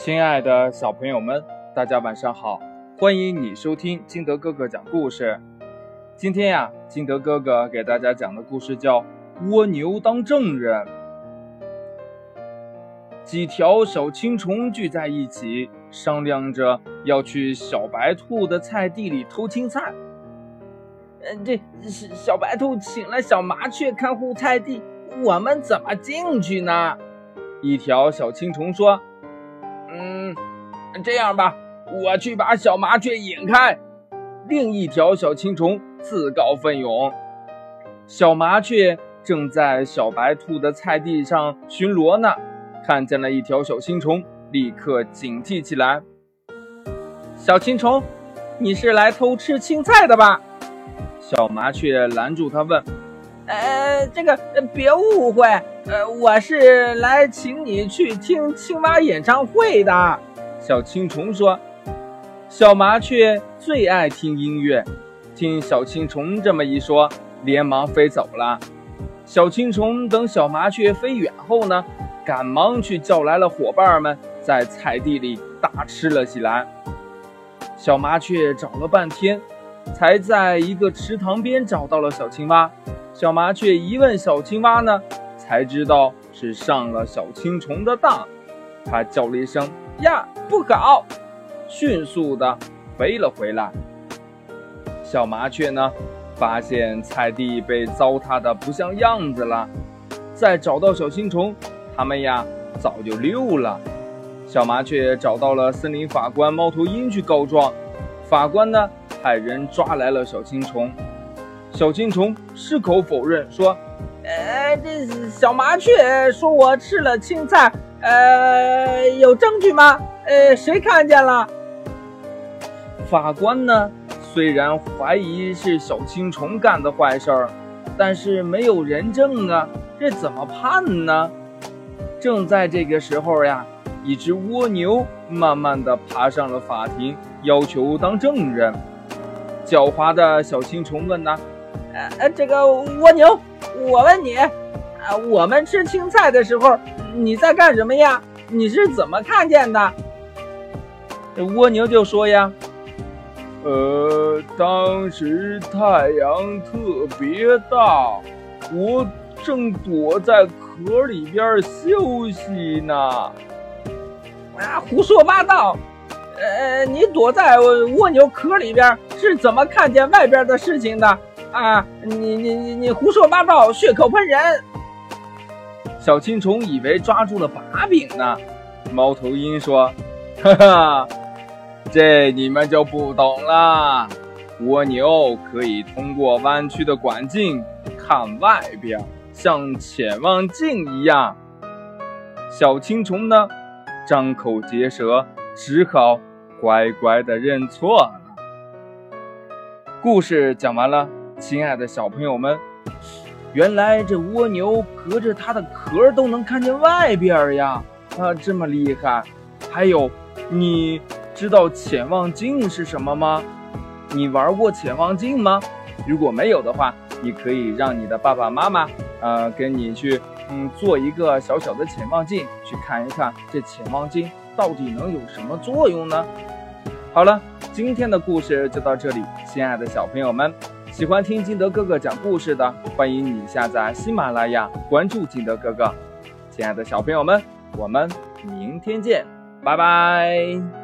亲爱的小朋友们，大家晚上好，欢迎你收听金德哥哥讲故事。今天呀，金德哥哥给大家讲的故事叫《蜗牛当证人》。几条小青虫聚在一起，商量着要去小白兔的菜地里偷青菜。 这小白兔请了小麻雀看护菜地，我们怎么进去呢？ 一条小青虫说： 这样吧，我去把小麻雀引开。 另一条小青虫自告奋勇。小麻雀正在小白兔的菜地上巡逻呢，看见了一条小青虫，立刻警惕起来。 小青虫，你是来偷吃青菜的吧？ 小麻雀拦住他问： 别误会，我是来请你去听青蛙演唱会的。 小青虫说。小麻雀最爱听音乐，听小青虫这么一说，连忙飞走了。小青虫等小麻雀飞远后呢，赶忙去叫来了伙伴们，在菜地里大吃了起来。小麻雀找了半天，才在一个池塘边找到了小青蛙。小麻雀一问小青蛙呢，才知道是上了小青虫的当。它叫了一声呀，不好，迅速地飞了回来。小麻雀呢，发现菜地被糟蹋得不像样子了。再找到小青虫，他们呀早就溜了。小麻雀找到了森林法官猫头鹰去告状，法官呢派人抓来了小青虫。小青虫矢口否认说： 这小麻雀说我吃了青菜，有证据吗？谁看见了？ 法官呢，虽然怀疑是小青虫干的坏事儿，但是没有人证啊，这怎么判呢？正在这个时候呀，一只蜗牛慢慢地爬上了法庭，要求当证人。狡猾的小青虫问呢： 这个蜗牛，我问你，我们吃青菜的时候你在干什么呀？你是怎么看见的？ 蜗牛就说呀：当时太阳特别大，我正躲在壳里边休息呢。 胡说八道！你躲在蜗牛壳里边是怎么看见外边的事情的？你胡说八道，血口喷人！ 小青虫以为抓住了把柄呢。猫头鹰说：哈哈，这你们就不懂了。蜗牛可以通过弯曲的管径看外边，像潜望镜一样。小青虫呢，张口结舌，只好乖乖地认错了。故事讲完了，亲爱的小朋友们，原来这蜗牛隔着它的壳都能看见外边呀，这么厉害。还有，你知道潜望镜是什么吗？你玩过潜望镜吗？如果没有的话，你可以让你的爸爸妈妈跟你去做一个小小的潜望镜，去看一看这潜望镜到底能有什么作用呢？好了，今天的故事就到这里，亲爱的小朋友们，喜欢听金德哥哥讲故事的，欢迎你下载喜马拉雅，关注金德哥哥。亲爱的小朋友们，我们明天见，拜拜。